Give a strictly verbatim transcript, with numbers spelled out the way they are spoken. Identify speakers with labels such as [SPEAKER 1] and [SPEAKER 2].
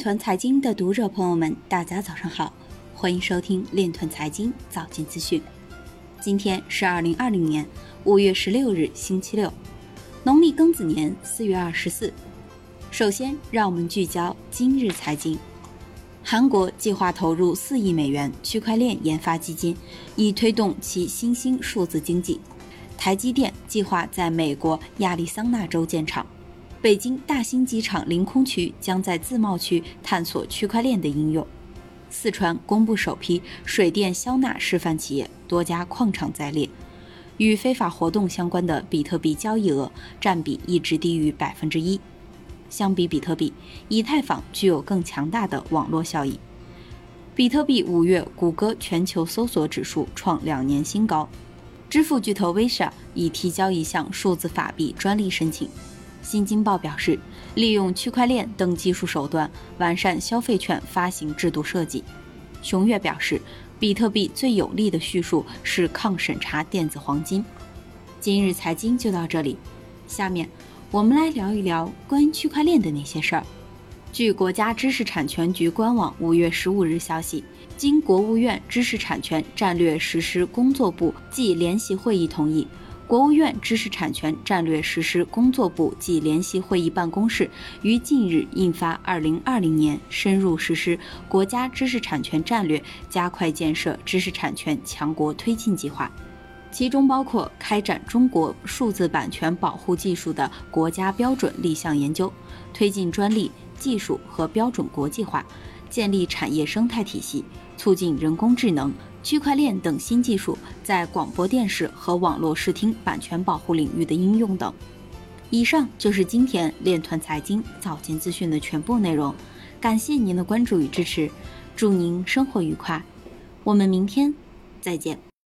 [SPEAKER 1] 团财经的读者朋友们，大家早上好，欢迎收听链团财经早间资讯。今天是二零二零年五月十六日，星期六，农历庚子年四月二十四。首先，让我们聚焦今日财经。韩国计划投入四亿美元区块链研发基金，以推动其新兴数字经济。台积电计划在美国亚利桑那州建厂。北京大兴机场临空区将在自贸区探索区块链的应用。四川公布首批水电消纳示范企业，多家矿场在列。与非法活动相关的比特币交易额占比一直低于百分之一。相比比特币，以太坊具有更强大的网络效益。比特币五月谷歌全球搜索指数创两年新高。支付巨头 Visa 已提交一项数字法币专利申请。新京报表示，利用区块链等技术手段完善消费券发行制度设计。熊岳表示，比特币最有力的叙述是抗审查电子黄金。今日财经就到这里，下面我们来聊一聊关于区块链的那些事儿。据国家知识产权局官网五月十五日消息，经国务院知识产权战略实施工作部暨联席会议同意，国务院知识产权战略实施工作部暨联席会议办公室于近日印发《二零二零年深入实施国家知识产权战略，加快建设知识产权强国推进计划》，其中包括开展中国数字版权保护技术的国家标准立项研究，推进专利、技术和标准国际化，建立产业生态体系，促进人工智能、区块链等新技术在广播电视和网络视听版权保护领域的应用等。以上就是今天链团财经早间资讯的全部内容，感谢您的关注与支持，祝您生活愉快，我们明天再见。